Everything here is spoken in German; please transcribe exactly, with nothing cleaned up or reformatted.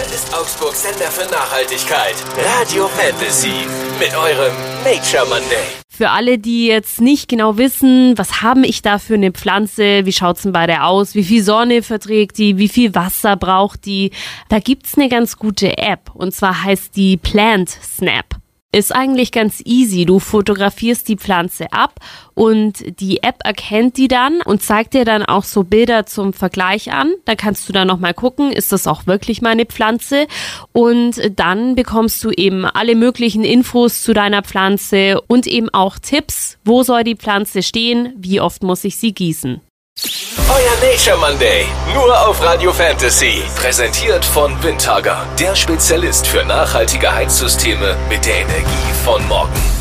ist Augsburgs Sender für Nachhaltigkeit. Radio Fantasy mit eurem Nature Monday. Für alle, die jetzt nicht genau wissen, was habe ich da für eine Pflanze, wie schaut's denn bei der aus, wie viel Sonne verträgt die, wie viel Wasser braucht die, da gibt's eine ganz gute App und zwar heißt die PlantSnap. Ist eigentlich ganz easy. Du fotografierst die Pflanze ab und die App erkennt die dann und zeigt dir dann auch so Bilder zum Vergleich an. Da kannst du dann nochmal gucken, ist das auch wirklich meine Pflanze? Und dann bekommst du eben alle möglichen Infos zu deiner Pflanze und eben auch Tipps, wo soll die Pflanze stehen, wie oft muss ich sie gießen. Euer Nature Monday, nur auf Radio Fantasy. Präsentiert von Windhager, der Spezialist für nachhaltige Heizsysteme mit der Energie von morgen.